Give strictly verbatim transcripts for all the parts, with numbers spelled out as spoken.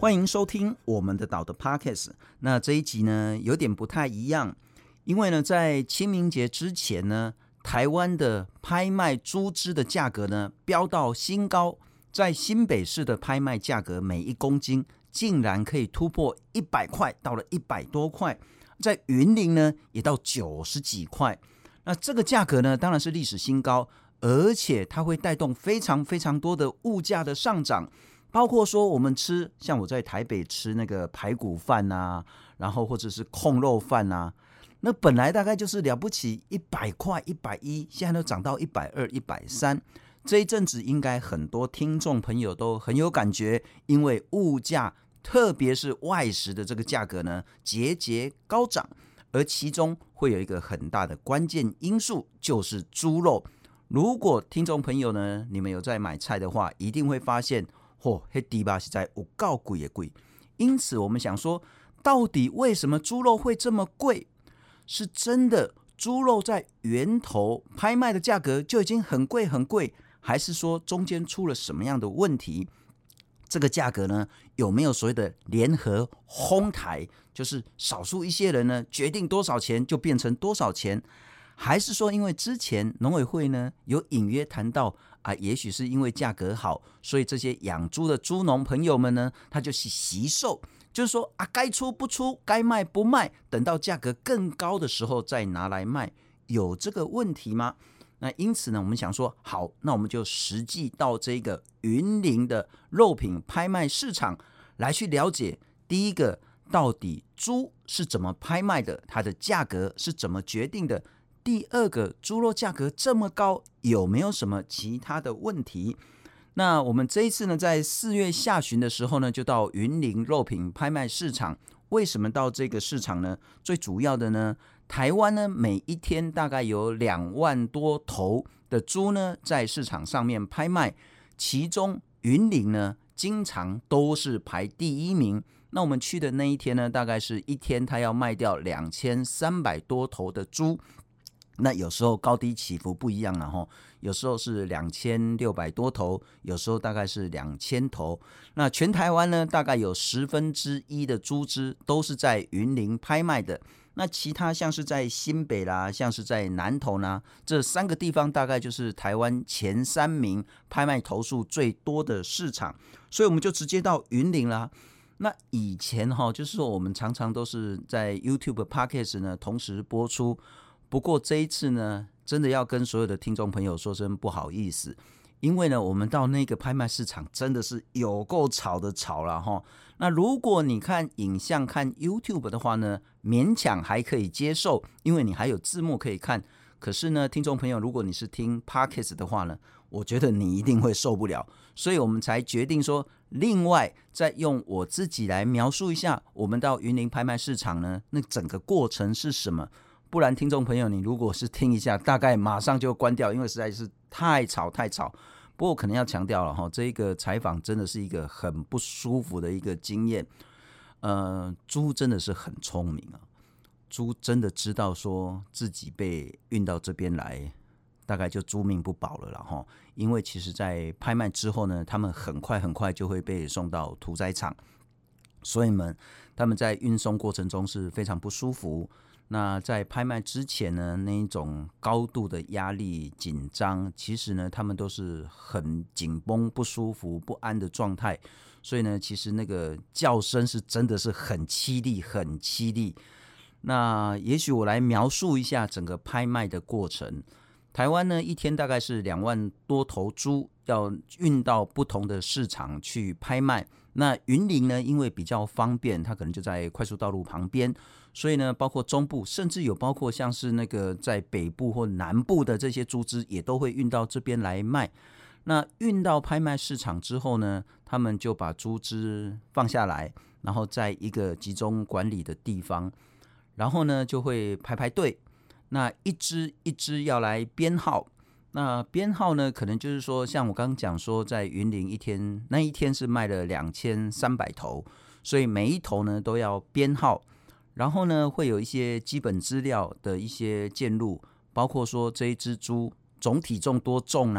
欢迎收听我们的岛的 Podcast。 那这一集呢有点不太一样，因为呢在清明节之前呢，台湾的拍卖猪只的价格呢飙到新高，在新北市的拍卖价格每一公斤竟然可以突破一百块，到了一百多块，在云林呢也到九十几块。那这个价格呢当然是历史新高，而且它会带动非常非常多的物价的上涨，包括说我们吃，像我在台北吃那个排骨饭啊，然后或者是控肉饭啊，那本来大概就是了不起一百块一百一，现在都涨到一百二一百三。这一阵子应该很多听众朋友都很有感觉，因为物价特别是外食的这个价格呢节节高涨，而其中会有一个很大的关键因素，就是猪肉。如果听众朋友呢你们有在买菜的话，一定会发现嚯，那猪肉实在有够贵的贵。因此我们想说，到底为什么猪肉会这么贵？是真的猪肉在源头拍卖的价格就已经很贵很贵，还是说中间出了什么样的问题？这个价格呢有没有所谓的联合哄抬，就是少数一些人呢决定多少钱就变成多少钱？还是说因为之前农委会呢有隐约谈到啊，也许是因为价格好，所以这些养猪的猪农朋友们呢他就是惜售，就是说啊，该出不出，该卖不卖，等到价格更高的时候再拿来卖，有这个问题吗？那因此呢我们想说，好，那我们就实际到这个云林的肉品拍卖市场来去了解，第一个到底猪是怎么拍卖的，它的价格是怎么决定的？第二个，猪肉价格这么高，有没有什么其他的问题？那我们这一次呢，在四月下旬的时候呢，就到云林肉品拍卖市场。为什么到这个市场呢？最主要的呢，台湾呢每一天大概有两万多头的猪呢在市场上面拍卖，其中云林呢经常都是排第一名。那我们去的那一天呢，大概是一天他要卖掉两千三百多头的猪。那有时候高低起伏不一样了，有时候是两千六百多头，有时候大概是两千头。那全台湾呢，大概有十分之一的猪只都是在云林拍卖的。那其他像是在新北啦，像是在南投啦，这三个地方大概就是台湾前三名拍卖头数最多的市场，所以我们就直接到云林啦。那以前就是说我们常常都是在 YouTube Podcast 呢同时播出，不过这一次呢，真的要跟所有的听众朋友说声不好意思，因为呢，我们到那个拍卖市场真的是有够吵的吵了哈。那如果你看影像看 YouTube 的话呢，勉强还可以接受，因为你还有字幕可以看。可是呢，听众朋友，如果你是听 Podcast 的话呢，我觉得你一定会受不了，所以我们才决定说，另外再用我自己来描述一下，我们到云林拍卖市场呢，那整个过程是什么。不然听众朋友你如果是听一下，大概马上就关掉，因为实在是太吵太吵。不过可能要强调了，这一个采访真的是一个很不舒服的一个经验。呃，猪真的是很聪明啊，猪真的知道说自己被运到这边来，大概就猪命不保了啦。因为其实在拍卖之后呢，他们很快很快就会被送到屠宰场，所以们他们在运送过程中是非常不舒服。那在拍卖之前呢，那一种高度的压力紧张，其实呢他们都是很紧绷不舒服不安的状态，所以呢其实那个叫声是真的是很凄厉很凄厉。那也许我来描述一下整个拍卖的过程。台湾呢一天大概是两万多头猪要运到不同的市场去拍卖。那云林呢因为比较方便，它可能就在快速道路旁边，所以呢包括中部甚至有包括像是那个在北部或南部的这些猪只也都会运到这边来卖。那运到拍卖市场之后呢，他们就把猪只放下来，然后在一个集中管理的地方，然后呢就会排排队，那一只一只要来编号。那编号呢可能就是说像我刚刚讲说在云林一天那一天是卖了两千三百头，所以每一头呢都要编号，然后呢会有一些基本资料的一些介入，包括说这一只猪总体重多重啊，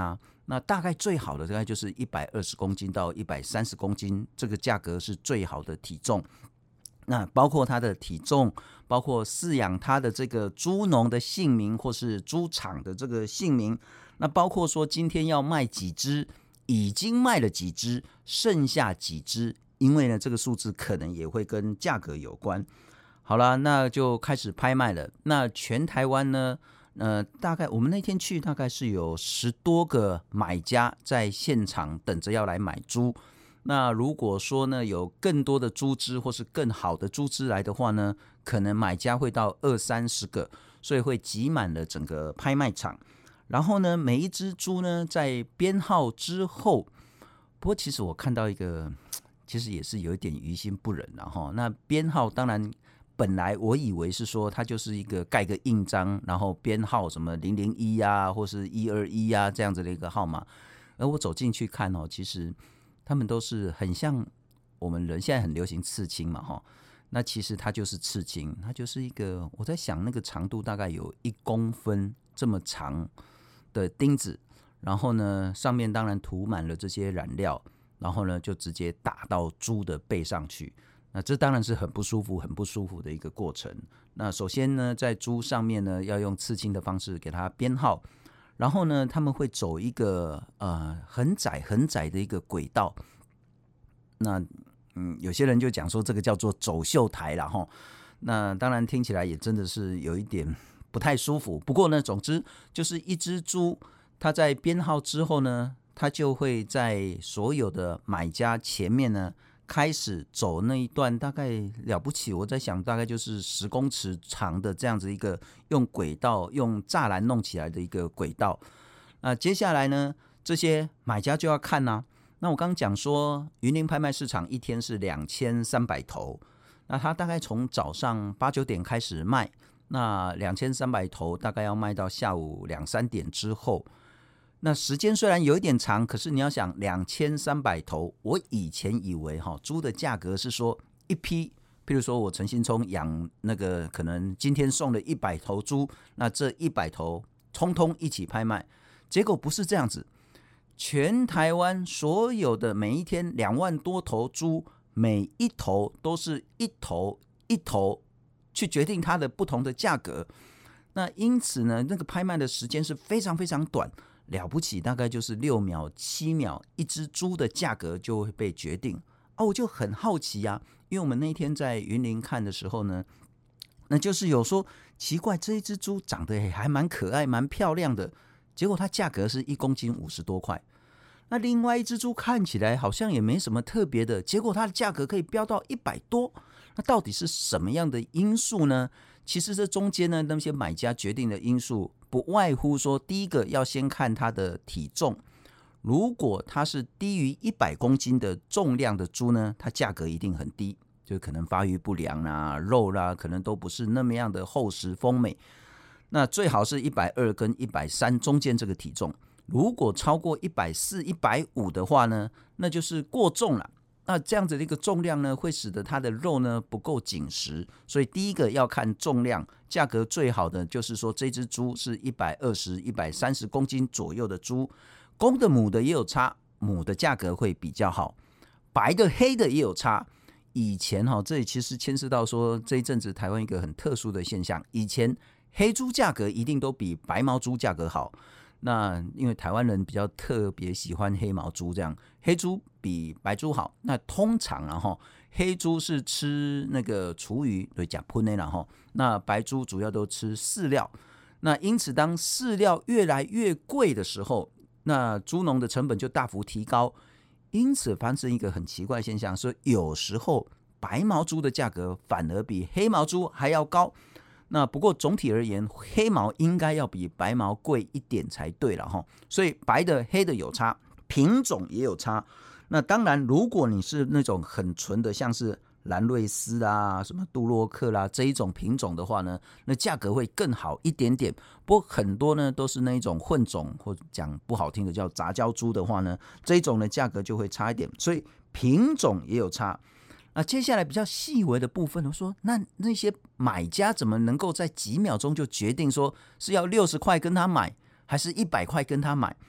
那大概最好的大概就是一百二十公斤到一百三十公斤，这个价格是最好的体重。那包括它的体重，包括饲养它的这个猪农的姓名或是猪场的这个姓名，那包括说今天要卖几只，已经卖了几只，剩下几只，因为呢这个数字可能也会跟价格有关。好了，那就开始拍卖了。那全台湾呢，呃，大概我们那天去大概是有十多个买家在现场等着要来买猪。那如果说呢有更多的猪只或是更好的猪只来的话呢，可能买家会到二三十个，所以会挤满了整个拍卖场。然后呢，每一只猪呢在编号之后，不过其实我看到一个，其实也是有一点于心不忍了哈。那编号当然本来我以为是说它就是一个盖个印章，然后编号什么零零一啊，或是一二一啊这样子的一个号码。而我走进去看哦，其实他们都是很像我们人现在很流行刺青嘛哈。那其实它就是刺青，它就是一个我在想那个长度大概有一公分这么长的钉子，然后呢上面当然涂满了这些染料，然后呢就直接打到猪的背上去。那这当然是很不舒服很不舒服的一个过程。那首先呢在猪上面呢要用刺青的方式给它编号，然后呢他们会走一个呃很窄很窄的一个轨道。那嗯，有些人就讲说这个叫做走秀台啦齁。那当然听起来也真的是有一点不太舒服。不过呢，总之就是一只猪，它在编号之后呢，它就会在所有的买家前面呢，开始走那一段大概了不起，我在想大概就是十公尺长的这样子一个用轨道、用栅栏弄起来的一个轨道。那接下来呢，这些买家就要看啊。那我刚刚讲说，云林拍卖市场一天是两千三百头，那它大概从早上八九点开始卖，那两千三百头大概要卖到下午两三点之后。那时间虽然有一点长，可是你要想两千三百头，我以前以为哈猪的价格是说一批，譬如说我陈新聪养那个可能今天送了一百头猪，那这一百头通通一起拍卖，结果不是这样子。全台湾所有的每一天两万多头猪，每一头都是一头一头去决定它的不同的价格。那因此呢，那个拍卖的时间是非常非常短，了不起大概就是六秒七秒，一只猪的价格就会被决定啊！我就很好奇啊，因为我们那天在云林看的时候呢，那就是有说奇怪，这一只猪长得还蛮可爱蛮漂亮的，结果它价格是一公斤五十多块。那另外一只猪看起来好像也没什么特别的，结果它的价格可以飙到一百多。那到底是什么样的因素呢？其实这中间呢，那些买家决定的因素不外乎说，第一个要先看它的体重，如果它是低于一百公斤的重量的猪呢，它价格一定很低，就可能发育不良啊，肉啦、啊、可能都不是那么样的厚实丰美。那最好是一百二十跟一百三十中间这个体重，如果超过一百四十、一百五十的话呢，那就是过重了。那这样子的一个重量呢，会使得它的肉呢不够紧实，所以第一个要看重量，价格最好的就是说这只猪是一百二十、一百三十公斤左右的猪，公的母的也有差，母的价格会比较好，白的黑的也有差。以前哈，这里其实牵涉到说这一阵子台湾一个很特殊的现象，以前黑猪价格一定都比白毛猪价格好。那因为台湾人比较特别喜欢黑毛猪，这样黑猪比白猪好。那通常啊哈，黑猪是吃那个厨余，对，讲喷的啦哈。那白猪主要都吃饲料。那因此，当饲料越来越贵的时候，那猪农的成本就大幅提高。因此，发生一个很奇怪的现象，说有时候白毛猪的价格反而比黑毛猪还要高。那不过总体而言，黑毛应该要比白毛贵一点才对了哈。所以白的黑的有差，品种也有差。那当然，如果你是那种很纯的，像是兰瑞斯啊、什么杜洛克啦这一种品种的话呢，那价格会更好一点点。不过很多呢都是那一种混种，或者讲不好听的叫杂交猪的话呢，这一种的价格就会差一点。所以品种也有差。那接下来比较细微的部分，我说那那些买家怎么能够在几秒钟就决定说是要六十块跟他买，还是一百块跟他买？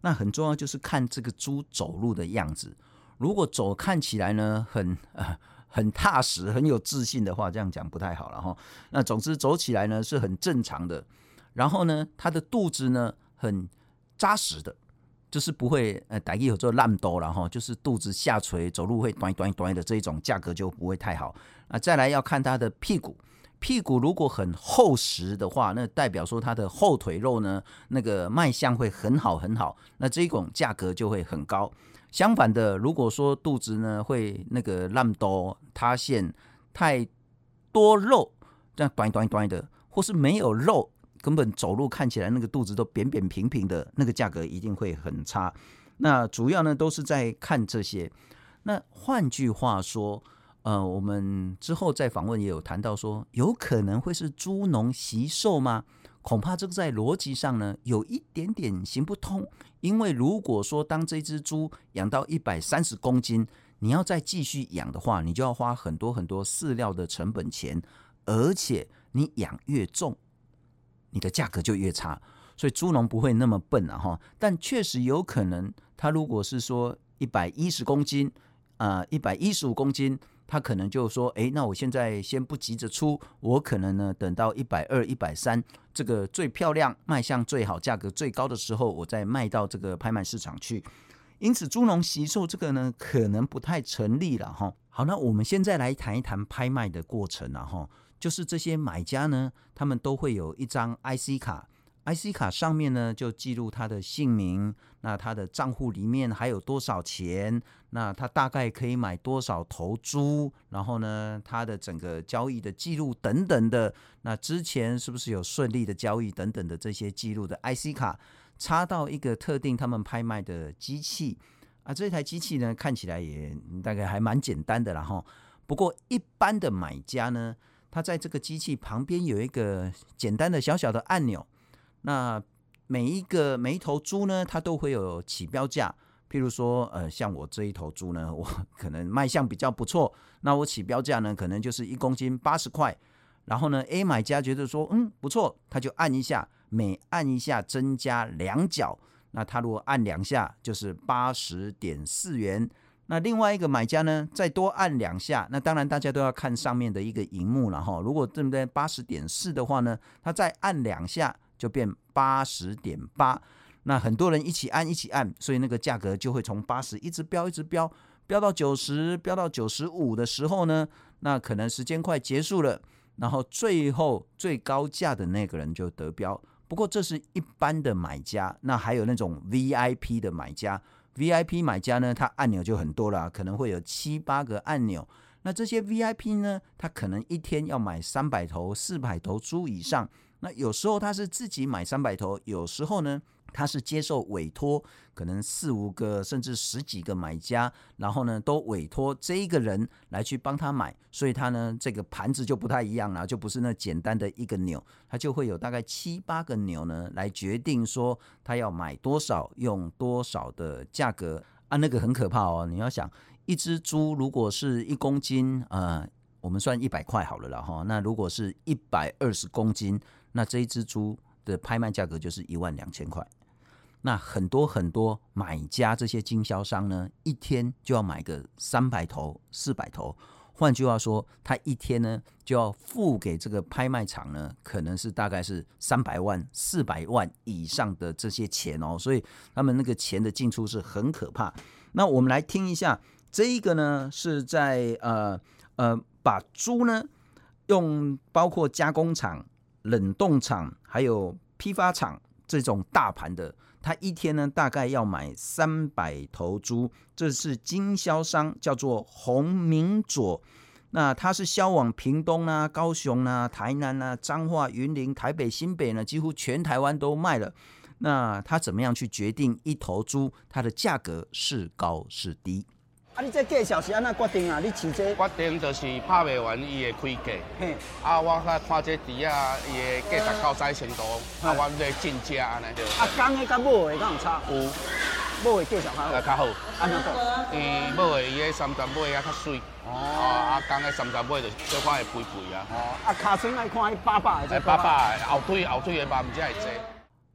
那很重要就是看这个猪走路的样子，如果走看起来呢很呃很踏实很有自信的话，这样讲不太好了齁。那总之走起来呢是很正常的，然后呢它的肚子呢很扎实的，就是不会呃台语有做烂兜啦齁，就是肚子下垂走路会端端端的，这一种价格就不会太好。那再来要看它的屁股，屁股如果很厚实的话，那代表说它的后腿肉呢那个卖相会很好很好，那这种价格就会很高。相反的，如果说肚子呢会那个烂兜塌陷太多肉，这样端端端的，或是没有肉，根本走路看起来那个肚子都扁扁平平的，那个价格一定会很差。那主要呢都是在看这些。那换句话说，呃，我们之后在访问也有谈到说，有可能会是猪农惜售吗？恐怕这个在逻辑上呢有一点点行不通，因为如果说当这只猪养到一百三十公斤，你要再继续养的话，你就要花很多很多饲料的成本钱，而且你养越重，你的价格就越差。所以猪农不会那么笨啊齁，但确实有可能，他如果是说一百一十公斤，呃，一百一十五公斤。他可能就说，哎，那我现在先不急着出，我可能呢等到一百二、一百三，这个最漂亮、卖相最好、价格最高的时候，我再卖到这个拍卖市场去。因此，猪农惜售这个呢，可能不太成立了哈。好，那我们现在来谈一谈拍卖的过程啊哈，就是这些买家呢，他们都会有一张 I C 卡。I C 卡上面呢就记录他的姓名，那他的账户里面还有多少钱，那他大概可以买多少头猪，然后呢他的整个交易的记录等等的，那之前是不是有顺利的交易等等的这些记录的 I C 卡插到一个特定他们拍卖的机器啊，这台机器呢看起来也大概还蛮简单的啦齁。不过一般的买家呢，他在这个机器旁边有一个简单的小小的按钮，那每一个每一头猪呢，它都会有起标价。譬如说，呃，像我这一头猪呢，我可能卖相比较不错，那我起标价呢，可能就是一公斤八十块。然后呢 ，A 买家觉得说，嗯，不错，他就按一下，每按一下增加两角。那他如果按两下，就是八十点四元。那另外一个买家呢，再多按两下，那当然大家都要看上面的一个萤幕了哈。如果对不对八十点四的话呢，他再按两下。就变八十点八，那很多人一起按一起按，所以那个价格就会从八十一直飙一直飙，飙到九十，飙到九十五的时候呢，那可能时间快结束了，然后最后最高价的那个人就得标。不过这是一般的买家，那还有那种 V I P 的买家 ，V I P 买家呢，他按钮就很多了，可能会有七八个按钮。那这些 V I P 呢，他可能一天要买三百头、四百头猪以上。那有时候他是自己买三百头，有时候呢他是接受委托，可能四五个甚至十几个买家，然后呢都委托这一个人来去帮他买，所以他呢这个盘子就不太一样了，就不是那简单的一个钮，他就会有大概七八个钮呢来决定说他要买多少，用多少的价格啊，那个很可怕哦。你要想一只猪如果是一公斤，呃，我们算一百块好了啦哈，那如果是一百二十公斤。那这一只猪的拍卖价格就是一万两千块。那很多很多买家这些经销商呢，一天就要买个三百头、四百头。换句话说，他一天呢就要付给这个拍卖场呢，可能是大概是三百万、四百万以上的这些钱哦。所以他们那个钱的进出是很可怕。那我们来听一下，这一个呢是在呃呃把猪呢用包括加工厂、冷冻厂还有批发厂这种大盘的，他一天呢大概要买三百头猪，这是经销商叫做洪明佐，那他是销往屏东啊、高雄啊、台南啊、彰化、云林、台北、新北呢，几乎全台湾都卖了。那他怎么样去决定一头猪它的价格是高是低？ 啊，你这价钱是安怎决定啊？你饲这决定就是拍卖完伊的开价，嘿，啊，我看看这猪啊，伊的价值到啥程度，啊，我咧进价安尼。 啊，公的甲母的敢有差？ 有， 母的价钱较好。 较好。 安怎讲？ 伊母的伊个三十尾啊较水，哦，啊，公的三十尾就小可会肥肥啊。 哦，啊，尻川爱看伊八百的。 八百，后腿后腿的肉唔只会济。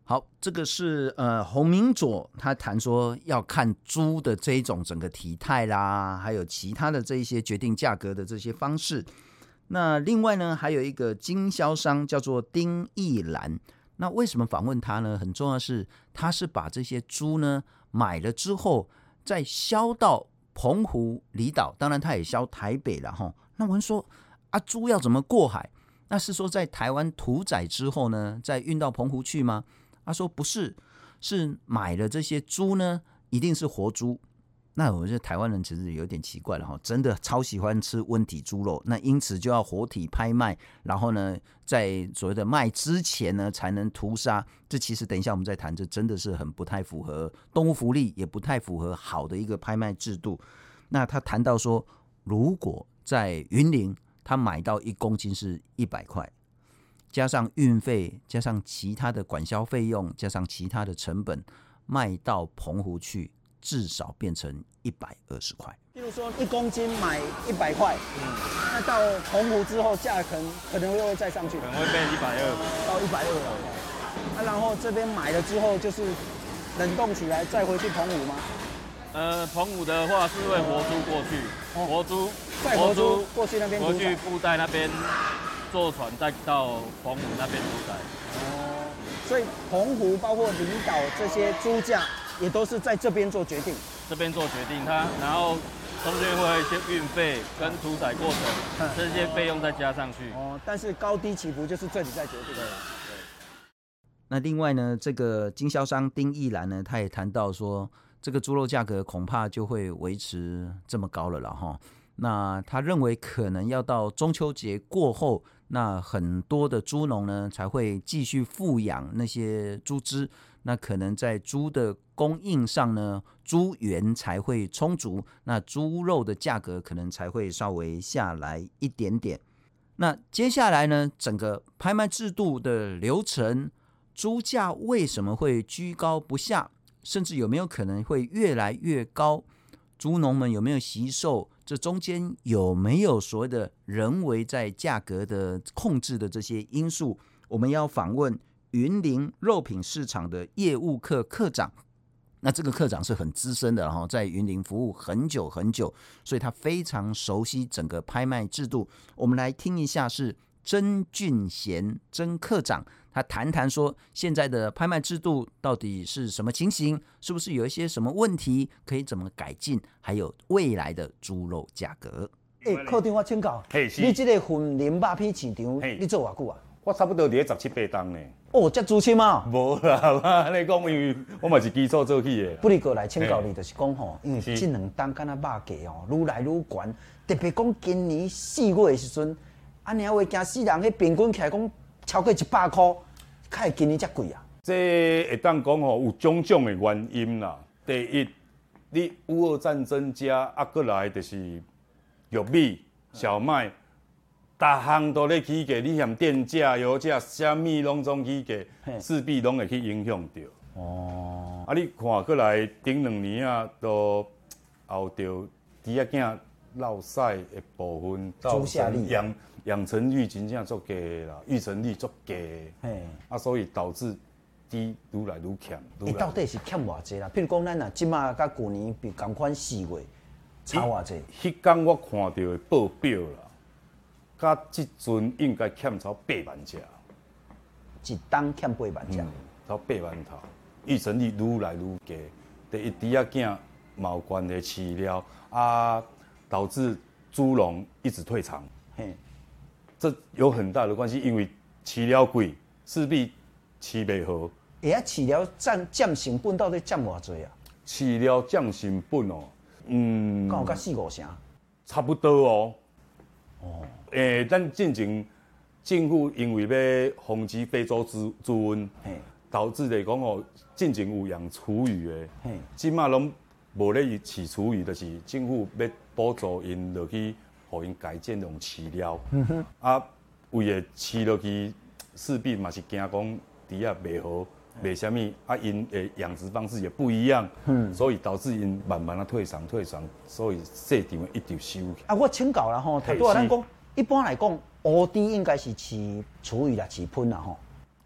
好，这个是呃洪明佐他谈说要看猪的这一种整个体态啦，还有其他的这一些决定价格的这些方式。那另外呢，还有一个经销商叫做丁义兰。那为什么访问他呢？很重要的是，他是把这些猪呢买了之后，再销到澎湖离岛，当然他也销台北了哈。那我们说啊，猪要怎么过海？那是说在台湾屠宰之后呢，再运到澎湖去吗？他说不是，是买了这些猪呢，一定是活猪。那我觉得台湾人其实有点奇怪了哈，真的超喜欢吃温体猪肉，那因此就要活体拍卖，然后呢，在所谓的卖之前呢，才能屠杀。这其实等一下我们再谈，这真的是很不太符合动物福利，也不太符合好的一个拍卖制度。那他谈到说，如果在云林，他买到一公斤是一百块。加上运费，加上其他的管销费用，加上其他的成本，卖到澎湖去，至少变成一百二十块。 比如说一公斤买一百块，嗯，那到澎湖之后，价可能可能又会再上去， 可能会变一百二， 到一百二了。那、啊、然后这边买了之后，就是冷冻起来再回去澎湖吗？ 呃，澎湖的话是会活猪过去，哦、活猪， 再活猪过去那边， 过去布袋那边。坐船再到澎湖那边屠宰。 哦，所以澎湖包括离岛这些猪价也都是在这边做决定。 这边做决定，它然后中间会有一些运费跟屠宰过程、嗯、这些费用再加上去。 哦，但是高低起伏就是这里在决定的。 那另外呢，这个经销商丁义兰呢，他也谈到说，这个猪肉价格恐怕就会维持这么高了啦哈。那他认为可能要到中秋节过后，那很多的猪农呢才会继续富养那些猪只，那可能在猪的供应上呢，猪源才会充足，那猪肉的价格可能才会稍微下来一点点。那接下来呢，整个拍卖制度的流程，猪价为什么会居高不下，甚至有没有可能会越来越高？猪农们有没有惜售？这中间有没有所谓的人为在价格的控制的这些因素？我们要访问云林肉品市场的业务课课长，那这个课长是很资深的，然后在云林服务很久很久，所以他非常熟悉整个拍卖制度。我们来听一下，是曾俊贤曾课长，他谈谈说现在的拍卖制度到底是什么情形，是不是有一些什么问题可以怎么改进，还有未来的猪肉价格。 诶、欸，课长我请教，你这个云林肉品市场你做偌久啊？ 我差不多伫十七八档呢。 哦，这资深啊？ 无啦，你讲因为我嘛是基础做起的。 不离过来请教你，就是讲吼，因为这两档敢若肉价哦，愈来愈悬，特别讲今年四月的时阵，安尼话惊死人，迄平均起来讲超过一百块，较会今年遮贵啊？ 这会当讲吼有种种的原因啦。第一，你乌俄战争加啊，过来就是玉米、小麦。逐项都咧起价，你嫌电价、油价，啥物拢总起价，势必拢会去影响到。哦，啊，你看过来顶两年啊，都后着猪仔囝落屎的部分，造成养养成率真正足低啦，育成率足低。嘿，啊，所以导致猪愈来愈欠。 你到底是欠偌济啦？譬如讲，咱啊，即马甲去年比同款四月差偌济？ 迄天我看到的报表啦。甲即阵应该欠超八万只， 一档欠八万只， 嗯、超八万头，育成率愈来愈低。第一，猪仔囝嘛有关的饲料啊，导致猪农一直退场。嘿，这有很大的关系，因为饲料贵，势必饲袂好。 哎呀，饲料占占成本到底占偌济啊？ 饲料占成本哦，嗯， 敢有甲四五成？ 差不多哦。哦。诶、欸，咱进前政府因为要防止非洲猪猪瘟，导致来讲哦，进前有养厨余的，即马拢无咧饲厨余，就是政府要补助因落去，互因改建用饲料。嗯、啊，为了饲落去，势必嘛是惊讲猪仔袂好，袂啥物，啊因诶养殖方式也不一样，嗯、所以导致因慢慢啊退场退场，所以市场一直收起。 啊，我请教啦吼，头拄仔咱讲。一般来讲，乌猪应该是饲厨余啦，饲喷啦吼。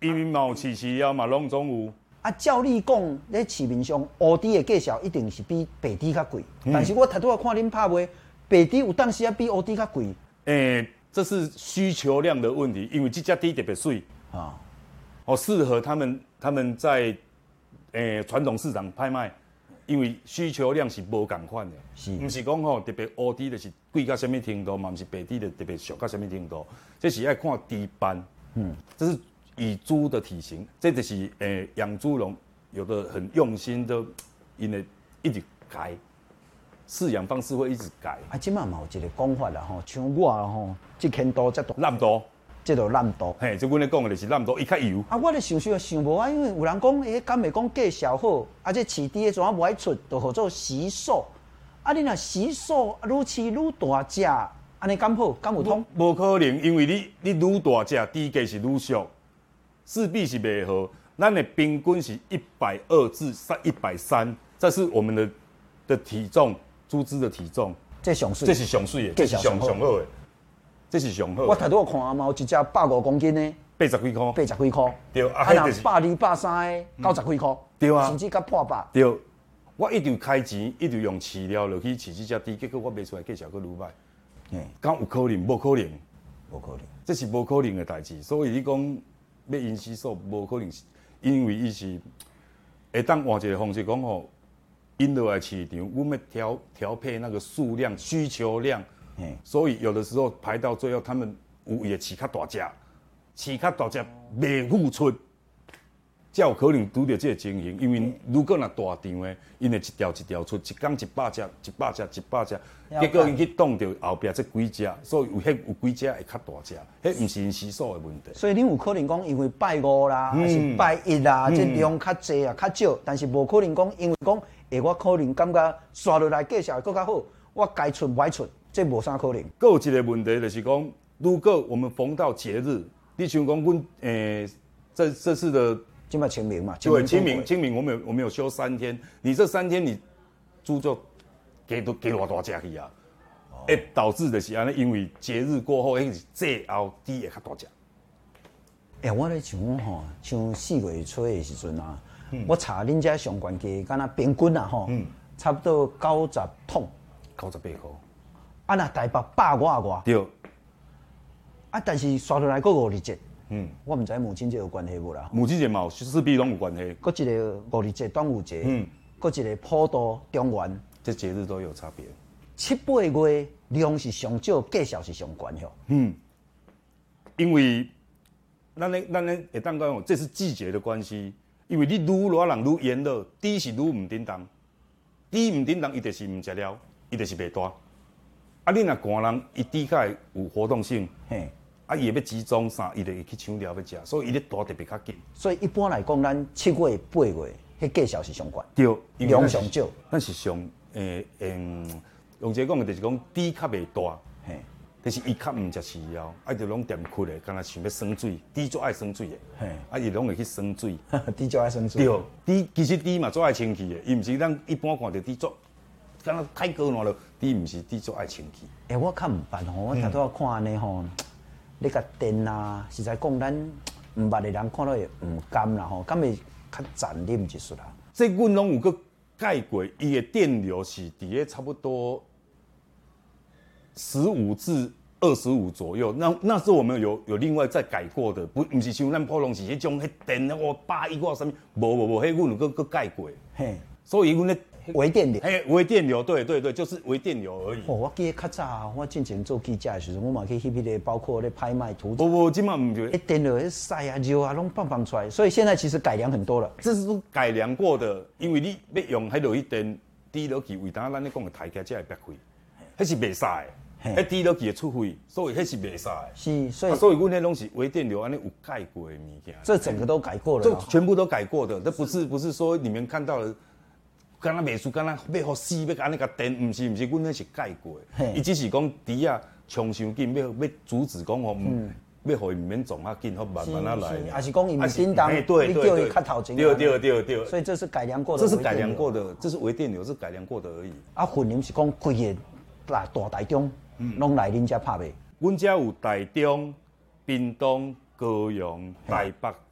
因为嘛有饲饲料嘛，拢总有。 啊，照你讲，咧市面上乌猪的价钱一定是比白猪较贵，嗯、但是我头拄仔看恁拍卖，白猪有当时啊比乌猪较贵。 诶、欸，这是需求量的问题，因为这只猪特别水啊，哦，适合他们他们在诶传统市场拍卖，因为需求量是无共款的，是，唔是讲吼特别乌猪就是贵到什么程度，嘛唔是白猪的特别俗到什么程度，这是要看猪斑，嗯，这是。以猪的体型，这就是诶养猪农有的很用心的，因为一直改饲养方式会一直改。 啊，即嘛嘛有一个讲法啦吼，像我吼，一千度这度烂度， 这度烂度。 嘿，即阮咧讲的就是烂度，伊较油。 啊，我咧想想想无啊，因为有人讲，诶，敢袂讲价小好，啊，这饲猪的怎啊无爱出，就叫做惜售。啊，你若惜售，愈饲愈大只，安尼敢好？敢有通？ 无可能，因为你你愈大只，猪价是愈俗。势必是袂好，咱的平均是一百二至三一百三，这是我们的的体重，猪只的体重， 这上水， 这是上水的，这是上上好的，这是上好。 我头拄看啊，嘛有一只百五公斤的， 八十几块， 八十几块， 对， 啊，若百二、百三的，九十几块， 对啊， 甚至甲破百。 对，我一直开钱，一直用饲料落去饲这只猪，结果我卖出来价钱佫愈歹，嗯，敢有可能？无可能， 无可能， 这是无可能的代志。所以你讲。要因吸收无可能，因为伊是会当换一个方式讲吼，引落来市场，我们调调配那个数量需求量，嗯，所以有的时候排到最后，他们有也饲较大只，饲较大只袂付出，才有可能拄到这个情形。因为如果若大场的，因会一条一条出，一天一百只，一百只，一百只，结果因去挡到后壁这几只，所以有迄有几只会较大只，迄毋是因吸收的问题。 所以恁有可能讲，因为拜五啦，还、嗯、是拜一啦，这、嗯、量较济啊，较少，但是无可能讲，因为讲，诶，我可能感觉刷落来价钱会更较好，我该出不爱出，这无啥可能。 还有一个问题就是讲，如果我们逢到节日，你像讲阮诶，这这次的。 今嘛清明嘛， 对，清明清明我们有我们有休三天，你这三天你猪就给都给偌大只去啊，会、哦、导致的是安尼，因为节日过后，迄是节后猪会较大只。 哎、欸，我咧想吼，像四月初的时阵啊，嗯、我查恁遮上悬价，敢若平均啊吼，嗯、差不多九十桶， 九十八块。 啊，那台北百外外。 对。 啊，但是刷落来佫五二节。嗯，我唔知母亲节有关系无啦。 母亲节嘛，势必拢有关系。 佫一个五二节、端午节，嗯，佫一个普渡、中元， 这节日都有差别。 七八月量是上少，价少是上悬吼。 嗯，因为咱咧咱咧会当讲，这是季节的关系。因为你愈热人愈炎热，猪是愈唔叮当，猪唔叮当，伊就是唔食了，伊就是袂大。啊，你若寒人，伊猪较会有活动性。嘿。啊，伊会要集中啥，伊就会去抢了要食，所以伊咧大特别较紧。 所以一般来讲，咱七月、八月，迄价少是上悬， 对， 量上少。 咱是上诶嗯，用一个讲的就是讲，猪较袂大，嘿，但是伊较唔食饲料，啊，就拢点缺的，敢若想要生水，猪最爱生水的，嘿，啊，伊拢会去生水， 猪最爱生水。 对，猪其实猪嘛最爱清气的，伊毋是咱一般看到猪做，敢若太高暖了，猪毋是猪最爱清气。 诶、欸，我较毋捌吼，我头拄仔看安尼吼。你甲电啊，实在讲，咱毋捌的人看到会毋甘啦吼，敢会较残忍一丝啦。 这阮拢有个改过，伊的电流是伫咧差不多十五至二十五左右。那那是我们有有另外再改过的，不毋是像咱普通是迄种迄电哦八一个什么，无无无，迄阮有个个改过。嘿，所以阮咧。 微电流， 嘿，微电流，对对对，就是微电流而已。 哦，我记得较早，我进前做记者的时候，我嘛去翕迄个，包括咧拍卖图。 不不，今嘛唔就。 一电流，迄晒啊、热啊，拢放放出来。所以现在其实改良很多了。 这是改良过的，因为你要用迄落去电滴落去，为当咱咧讲的抬起来才会白开，迄是袂使的。迄滴落去会出灰，所以迄是袂使的。 是，所以、啊、 所以阮迄拢是微电流，安尼有改过的物件。 这整个都改过了。 这全部都改过的，这不是不是说你们看到的。敢若美术，敢若要互死，要安尼甲电，毋是毋是，阮那是改过的。伊只是讲猪啊冲伤紧，要要阻止讲吼，嗯、要互伊毋免撞较紧，好慢慢啊来。 还是讲伊毋叮当，你叫伊较头前。 对对对对。 所以这是改良过的。 这是改良过的，这是微电流，是改良过的而已。 啊，混啉是讲规个大大台中，拢来恁遮拍卖。 阮遮有台中、屏东、高雄、台北、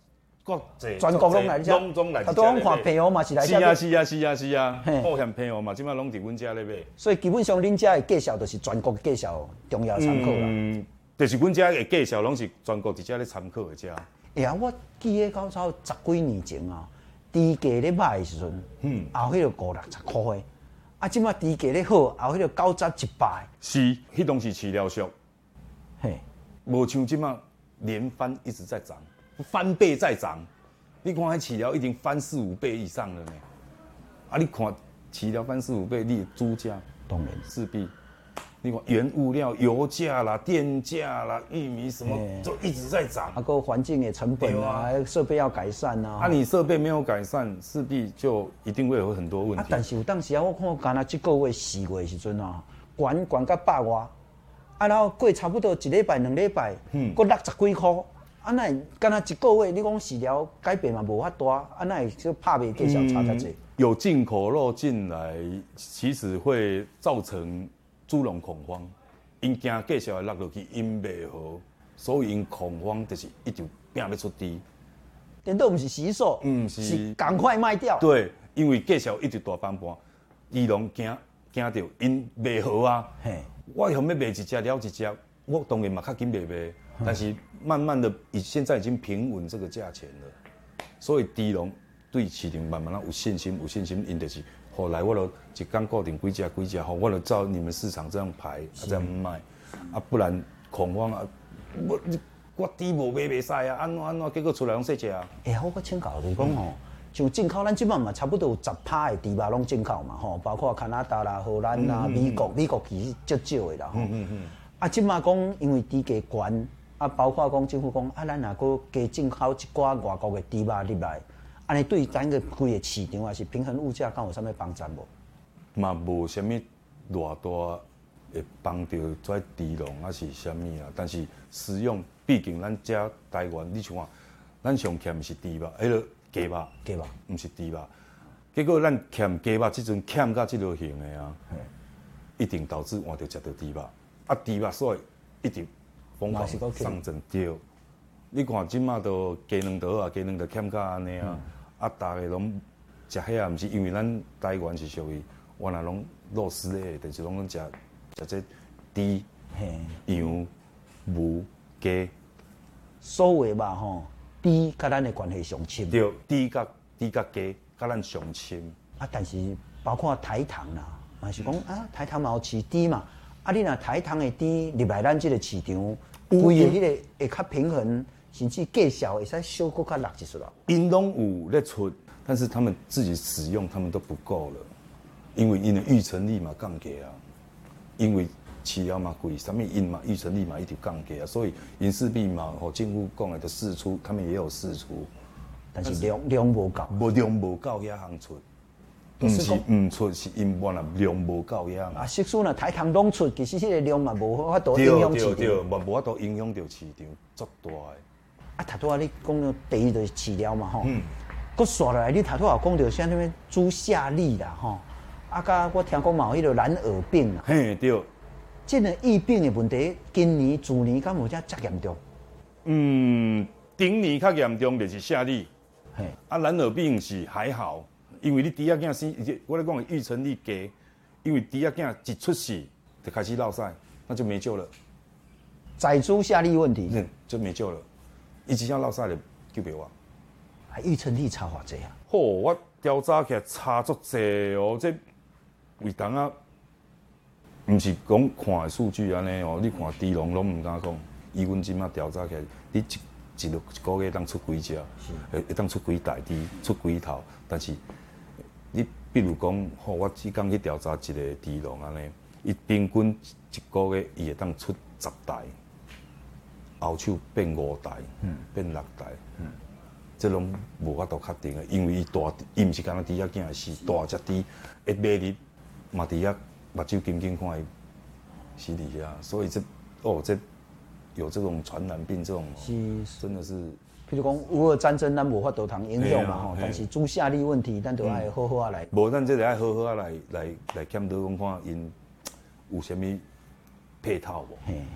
国际全国拢来遮， 拢总来。 他都讲看平湖嘛是来遮。 是啊是啊是啊是啊，保险平湖嘛，即摆拢伫阮遮咧买。 所以基本上恁遮的介绍就是全国介绍重要参考啦。 嗯，就是阮遮的介绍拢是全国伫遮咧参考的遮。 哎呀，我记得到早十几年前啊，猪价咧歹的时阵，嗯，后迄个五六十块的，啊，即摆猪价咧好，后迄个九十一百。 是，迄当时饲料俗， 嘿， 无像即摆连番一直在涨，翻倍在涨。你看，迄饲料已经翻四五倍以上了呢。啊，你看饲料翻四五倍，你的猪价当然势必。你看原物料、油价啦、电价啦、玉米什么都一直在涨。 啊，个环境的成本啊，设备要改善啊。 啊，你设备没有改善，势必就一定会有很多问题。 啊，但是有当时啊，我看干那这个月四月的时阵啊，悬悬到百外，啊，然后过差不多一礼拜、两礼拜，嗯，过六十几块。啊，那干那一个月，你讲饲料改变嘛无法大，啊，那就拍袂介绍差遮济。 有进口肉进来，其实会造成猪农恐慌，因惊介绍会落落去，因袂好，所以因恐慌就是一直拼要出猪。 颠倒不是洗手， 嗯是， 是赶快卖掉。 对，因为介绍一直大翻盘，猪农惊惊到因袂好啊。嘿，我后面卖一只了一只，我当然嘛较紧卖卖，但是慢慢的，以现在已经平稳这个价钱了，所以猪农对市场慢慢有信心，有信心，因就是。后来我就一天固定几只几只，吼，我就照你们市场这样排，啊这样卖，啊不然恐慌啊，我我猪无卖袂使啊，安怎安怎，结果出来拢细只啊。 哎、欸，我搁请教你讲吼，像进口，咱即摆嘛差不多有十趴的猪肉拢进口嘛，吼，包括加拿大啦、荷兰啦、美国，美国其实足少的啦，吼。嗯嗯嗯。啊，即摆讲因为猪价悬，啊，包括讲政府讲啊，咱若搁加进口一寡外国的猪肉入来。安尼对咱个规个市场还是平衡物价，敢有啥物帮助无？ 嘛无啥物偌大会帮到跩猪农啊是啥物啊？但是使用，毕竟咱遮台湾，你像看，咱上欠是猪肉，迄个鸡肉， 鸡肉， 毋是猪肉。结果咱欠鸡肉，即阵欠到即落型的啊，一定导致换着食到猪肉，啊猪肉所以一直疯狂上涨掉。你看即马都鸡卵都啊，鸡卵都欠到安尼啊，啊，大家拢食遐啊，毋是因为咱台湾是属于原来拢肉食类，但是拢拢食食这猪、羊、牛、鸡， 所谓吧吼，猪甲咱的关系上亲。 对，猪甲猪甲鸡甲咱上亲。 啊，但是包括台糖啦，嘛是讲啊，台糖嘛有饲猪嘛，啊，你若台糖的猪入来咱即个市场，规个迄个会较平衡。甚至介绍会使小搁较落一撮咯。 因拢有咧出，但是他们自己使用，他们都不够了，因为因的育成力嘛降低啊，因为饲料嘛贵，什么因嘛育成力嘛一直降低啊，所以因势必嘛吼政府讲的的释出，他们也有释出， 但是量量无够， 无量无够遐行出，毋是毋出是因原来量无够遐。 啊，实属呢台糖拢出，其实迄个量嘛无法度影响市场， 对对对，嘛无法度影响到市场，足大的。 啊，头拄仔你讲到第一就是饲料嘛吼，嗯，佮刷落来你头拄仔讲到像什么猪下痢啦吼，啊，甲我听讲嘛有迄个蓝耳病啦， 嘿对， 这个疫病的问题，今年、去年敢有遮遮严重？ 嗯，顶年较严重就是下痢， 嘿， 啊蓝耳病是还好，因为你猪仔囝生，我咧讲的育成力低，因为猪仔囝一出世就开始落屎，那就没救了。 仔猪下痢问题， 嗯，就没救了。伊只要落屎就救袂活， 还育成力差偌济啊！ 好，我调查起来差足济哦，这为当啊，毋是讲看数据安尼哦，你看猪农拢毋敢讲，以阮即马调查起来，你一一一个月当出几只，会会当出几代猪，出几头，但是你比如讲，吼，我只讲去调查一个猪农安尼，伊平均一个月伊会当出十代。后手变五代，嗯、变六代，嗯、这拢无法度确定的，因为伊大，伊毋是干那猪仔囝是大只猪，会买入嘛猪仔目睭金金看伊死伫遐，所以这哦这有这种传染病这种，是真的是， 譬如讲乌俄战争，咱无法度通影响嘛吼，但是猪下痢问题，咱就爱好好啊来。 无、嗯，咱这个爱好好啊来来来检讨讲看因有啥物配套无。啊，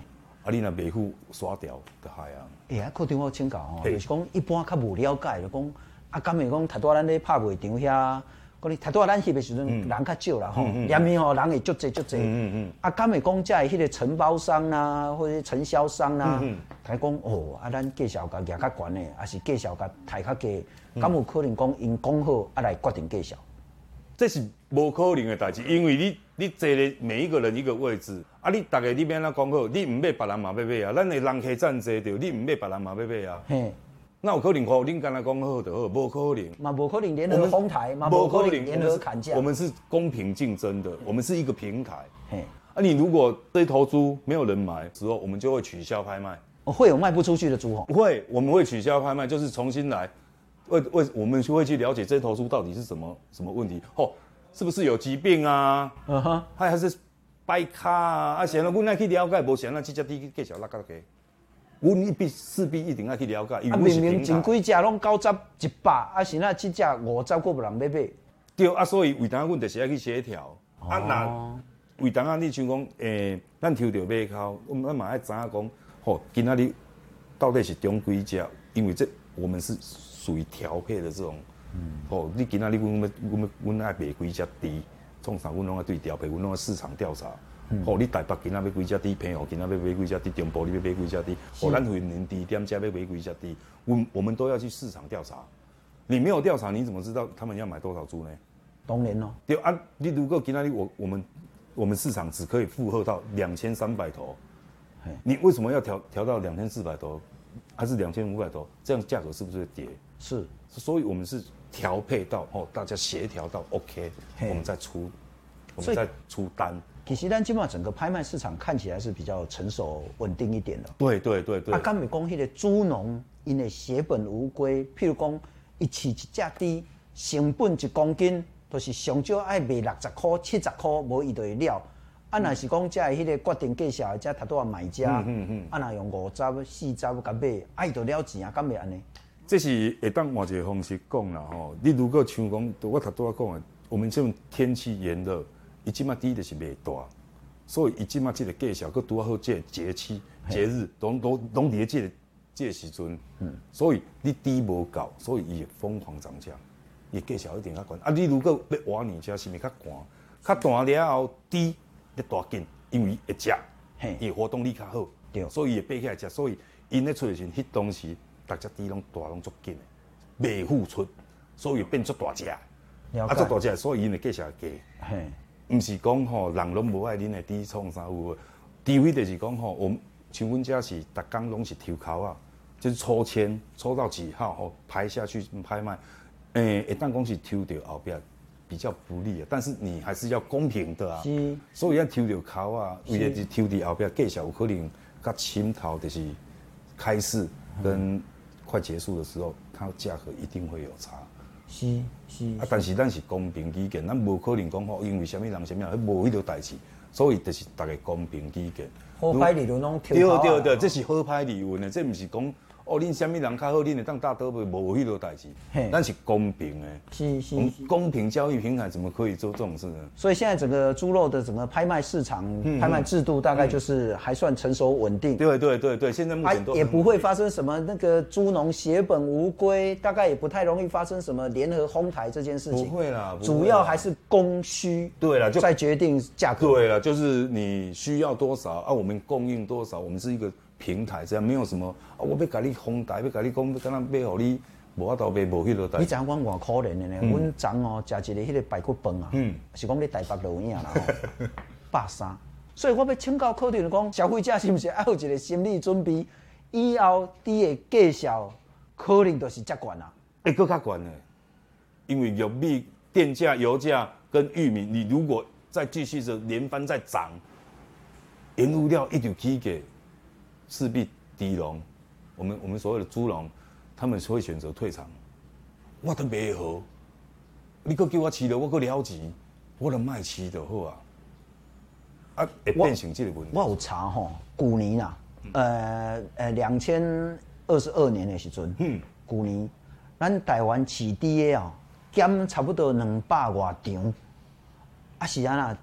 啊，你若袂付刷掉就害啊。 哎呀，课长我请教吼，就是讲一般较无了解，就讲啊，敢会讲太多咱咧拍卖场遐，讲你太多咱翕的时阵人较少啦吼，连面吼人会足济足济。嗯嗯嗯。啊，敢会讲遮的迄个承包商啦，或者承销商啦，他讲哦，啊，咱价销价价较悬的，还是价销价抬较低，敢有可能讲因讲好啊来决定价销？ 这是无可能的代志，因为你你坐咧每一个人一个位置，啊，你大家你免安怎讲好，你唔买别人嘛要买啊，咱的人客站坐着，你唔买别人嘛要买啊。嘿，那有可能吼，恁干那讲好就好，无可能。 嘛无可能联合哄抬，嘛无可能联合砍价。 我们是公平竞争的，我们是一个平台。嘿，啊，你如果这头猪没有人买之后，我们就会取消拍卖。 哦，会有卖不出去的猪吼？ 会，我们会取消拍卖，就是重新来。为为我们就会去了解这头猪到底是什么什么问题，哦，是不是有疾病啊？嗯哼，还还是掰卡啊？啊，想了，阮爱去了解，无想那这只猪介绍拉高给，阮一必势必一定爱去了解。 啊，明明前几只拢九十、一百，啊，是那这只五十，个无人要买。 对啊，所以为当阮就是要去协调。哦、啊，那为当啊，你像讲，诶、欸，咱抽到马口，我们咱嘛爱知影讲，吼，今仔日到底是中几只？因为这我们是。属于调配的这种，嗯，哦，你今仔日阮要阮要阮爱卖几只猪，创啥阮拢爱对调配，阮拢爱市场调查。嗯、哦，你台北今仔要几只猪，平湖今仔要买几只猪，中部你要买几只猪，哦，咱云林低点家要买几只猪，我我们都要去市场调查。你没有调查，你怎么知道他们要买多少猪呢？ 当然咯。 对啊，你如果今仔日我我们我们市场只可以负荷到两千三百头，你为什么要调调到两千四百头，还是两千五百头？这样价格是不是会跌？ 是， 所以我们是调配到哦，大家协调到 OK， 我们再出，我们再出单。 其实咱今嘛整个拍卖市场看起来是比较成熟稳定一点的。 对对对对。 啊，敢咪讲迄个猪农因为血本无归，譬如讲一饲一只猪，成本一公斤都是上少爱卖六十块、七十块，无伊就会了。啊，若是讲遮迄个决定价销，遮头拄啊买家，嗯嗯嗯，啊若用五十、四十甲买，啊伊就了钱啊，敢袂安尼？ 这是会当换一个方式讲啦吼。你如果像讲，我头拄啊讲的，我们这种天气炎热，伊即马猪就是袂大，所以伊即马即个价销，佮拄啊好，即个节气、节日，拢拢拢伫即个即个时阵，嗯，所以你猪无够，所以伊会疯狂涨价，伊价销一定较悬。啊，你如果要活年车，是咪较寒？较大了后，猪咧大紧，因为会食，伊活动力较好，对，所以伊会爬起来食，所以因咧出的时候，迄当时。大只猪拢大拢足紧的，袂付出，所以变足大只。啊，足大只，所以因的价钱会低。嘿，唔是讲吼人拢无爱恁的猪创啥有，除非就是讲吼，我们像阮家是逐工拢是抽考啊，就是抽签，抽到几号吼排下去拍卖。诶、欸，一旦讲是抽到后边比较不利啊，但是你还是要公平的啊。是。所以要抽到考啊，为了是抽伫后边价钱有可能甲前头就是开市跟。嗯快结束的时候，它价格一定会有差。是是啊，但是咱是公平起见，咱无可能讲吼，因为什么人什么人，无迄条代志，所以就是大家公平起见。 好歹理论拢对对对，这是好歹理论的，这不是讲哦，恁什么人较好，恁会当大倒卖，无迄条代志。咱是公平的。是是是。公平交易平台怎么可以做这种事呢？ 所以现在整个猪肉的整个拍卖市场、嗯、拍卖制度大概就是还算成熟稳定。 对对对对，现在目前都、 啊、也不会发生什么那个猪农血本无归，大概也不太容易发生什么联合哄抬这件事情。 不会啦，不会啦， 主要还是供需。 对啦，就再决定价格。 对啦，就是你需要多少啊，我们供应多少，我们是一个平台，这样没有什么啊，我要甲你哄抬，要甲你讲，要敢若买互你。无法度卖无迄落代。 你知影阮偌可怜的呢？阮、嗯、昨哦食一个迄个排骨饭啊，嗯、是讲你台北就有影啦吼，百三。所以我要请教课程讲，消费者是毋是要有一个心理准备，以后猪的价销可能就是遮悬啊？ 会更较悬的，因为玉米、电价、油价跟玉米，你如果再继续着连番再涨，原物料一直起价，势必猪农，我们我们所谓的猪农。他们会选择退场，我都卖好，你搁叫我饲了，我搁了钱，我就卖饲就好啊。啊，会变成这个问题。 我有查吼，去年啊，呃呃，两千二十二年的时阵，嗯，去年咱台湾饲猪的哦，减差不多两百外场，啊是安那，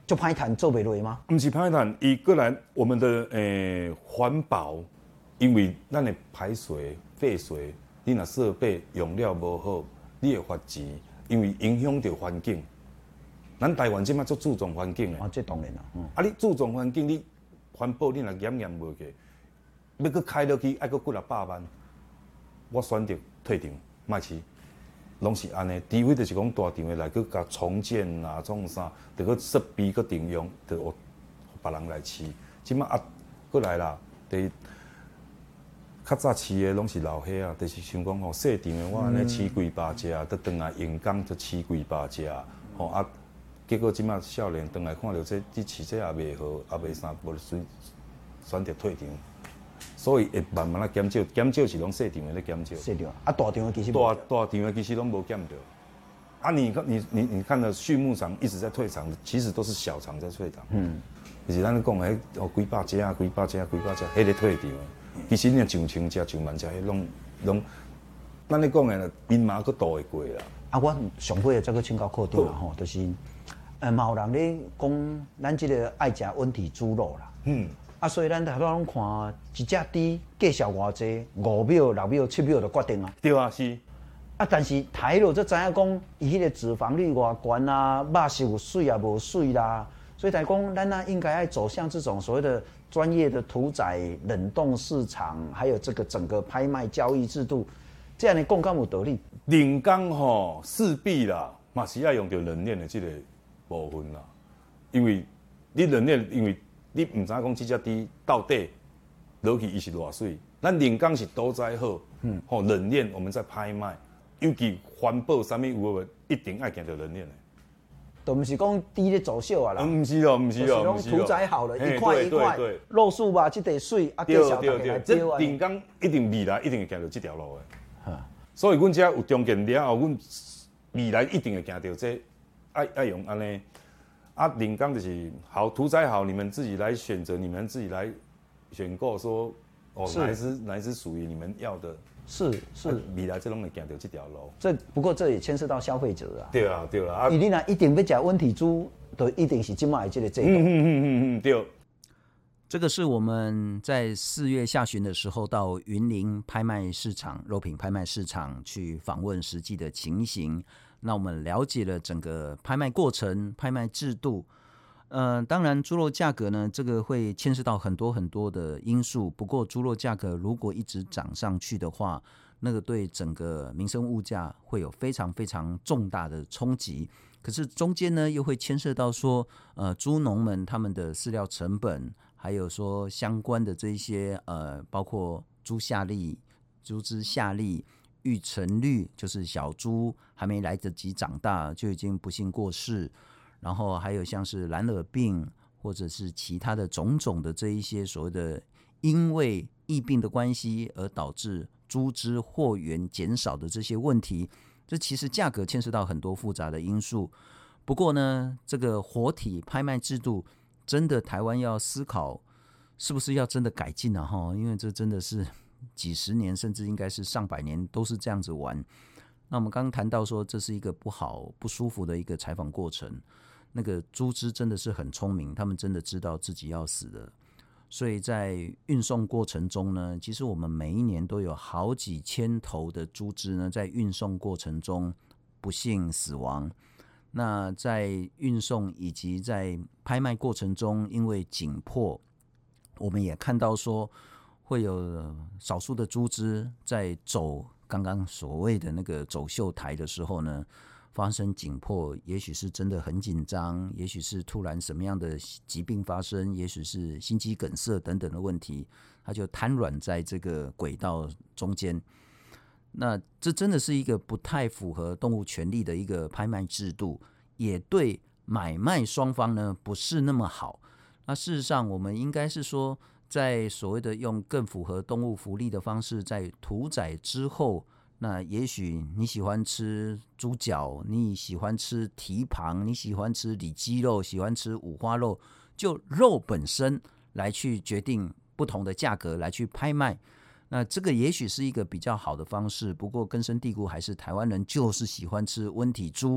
就歹谈做袂落吗？ 不是歹谈，伊过来我们的诶环保，因为咱的排水、废水，你若设备用料无好，你会发钱，因为影响到环境。咱台湾即马足注重环境的， 啊，这当然啦。嗯、 啊，你注重环境，你环保你若严严无去，要搁开落去，爱搁几六百万，我选择退场，卖饲。拢是安尼，除非就是讲大场的来去甲重建啊，创啥，着去设备去定用，着互别人来饲。即马啊，过来啦，第较早饲的拢是老岁啊，就是想讲吼，细场的我安尼饲几百只，得转来用工就饲几百只，吼啊，结果即马少年转来看到这你饲这也袂好，也袂啥，无选选择退场。所以会慢慢啊减少，减少是拢细场的咧减少。 细场啊，大场的其实大大场的其实拢无减到。啊你，你你你你看的畜牧场一直在退场，其实都是小场在退场。嗯，就是咱讲的哦，几百只啊，几百只啊，几百只，迄个退场。其实你上千只、上万只，迄拢拢，咱咧讲的兵马佫渡会过啦。 啊，我上尾再佫请教课长啦吼，就是，呃，嘛有人咧讲，咱即个爱食温体猪肉啦。嗯。啊，所以咱头拢看一只猪计销偌济，五秒、六秒、七秒就决定啊。 对啊，是。 啊，但是睇落则知影讲，伊迄个脂肪率偌悬啊，肉是有水啊无水啦，所以才讲咱啊应该要走向这种所谓的专业的屠宰、冷冻市场，还有这个整个拍卖交易制度，这样的讲敢有道理？ 人工吼势必啦，嘛是要用到冷链的这个部分啦，因为你冷链，因为你唔知讲这只猪到底落去伊是偌水，咱人工是都知好，嗯，吼冷链我们在拍卖，尤其环保啥物有无，一定爱行到冷链的。 都唔是讲猪咧走秀啊啦， 唔是哦，唔是哦， 唔是讲屠宰好了，一块一块肉素吧，这得水啊，介绍大家来招啊。 人工一定未来一定会行到这条路的，所以阮遮有中间了后，阮未来一定会行到这，爱爱用安尼。啊，人工就是好屠宰好，你们自己来选择，你们自己来选购说，哦，哪一只哪一只属于你们要的， 是是， 啊、未来这拢会行到这条路。 这不过这也牵涉到消费者啊。 对啊对啊，啊， 你若一定要吃温体猪，就一定是今麦这个制度。 嗯嗯嗯嗯嗯，对。 这个是我们在四月下旬的时候到云林拍卖市场、肉品拍卖市场去访问实际的情形。那我们了解了整个拍卖过程、拍卖制度。呃，当然猪肉价格呢，这个会牵涉到很多很多的因素。不过猪肉价格如果一直涨上去的话，那个对整个民生物价会有非常非常重大的冲击。可是中间呢，又会牵涉到说，呃，猪农们他们的饲料成本，还有说相关的这一些呃，包括猪下粒、猪只下粒。育成率就是小猪还没来得及长大就已经不幸过世，然后还有像是蓝耳病或者是其他的种种的这一些所谓的因为疫病的关系而导致猪只货源减少的这些问题，这其实价格牵涉到很多复杂的因素。不过呢，这个活体拍卖制度真的台湾要思考是不是要真的改进啊？因为这真的是几十年甚至应该是上百年都是这样子玩。那我们刚刚谈到说这是一个不好不舒服的一个采访过程，那个猪只真的是很聪明，他们真的知道自己要死的，所以在运送过程中呢，其实我们每一年都有好几千头的猪只呢在运送过程中不幸死亡。那在运送以及在拍卖过程中因为紧迫，我们也看到说会有少数的猪只在走刚刚所谓的那个走秀台的时候呢，发生紧迫，也许是真的很紧张，也许是突然什么样的疾病发生，也许是心肌梗塞等等的问题，它就瘫软在这个轨道中间。那这真的是一个不太符合动物权利的一个拍卖制度，也对买卖双方呢不是那么好。那事实上我们应该是说，在所谓的用更符合动物福利的方式，在屠宰之后，那也许你喜欢吃猪脚，你喜欢吃蹄膀，你喜欢吃里脊肉，喜欢吃五花肉，就肉本身来去决定不同的价格来去拍卖。那这个也许是一个比较好的方式，不过根深蒂固还是台湾人就是喜欢吃温体猪。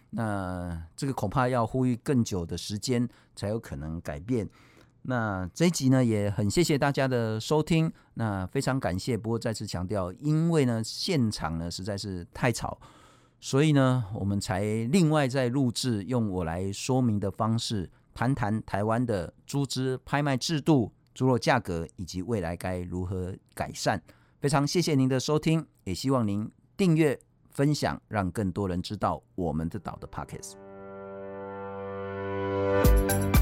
那这个恐怕要呼吁更久的时间才有可能改变。那这一集呢，也很谢谢大家的收听，那非常感谢。不过再次强调，因为呢现场呢实在是太吵，所以呢我们才另外再录制，用我来说明的方式，谈谈台湾的猪只拍卖制度、猪肉价格以及未来该如何改善。非常谢谢您的收听，也希望您订阅、分享，让更多人知道我们的岛的 Podcast。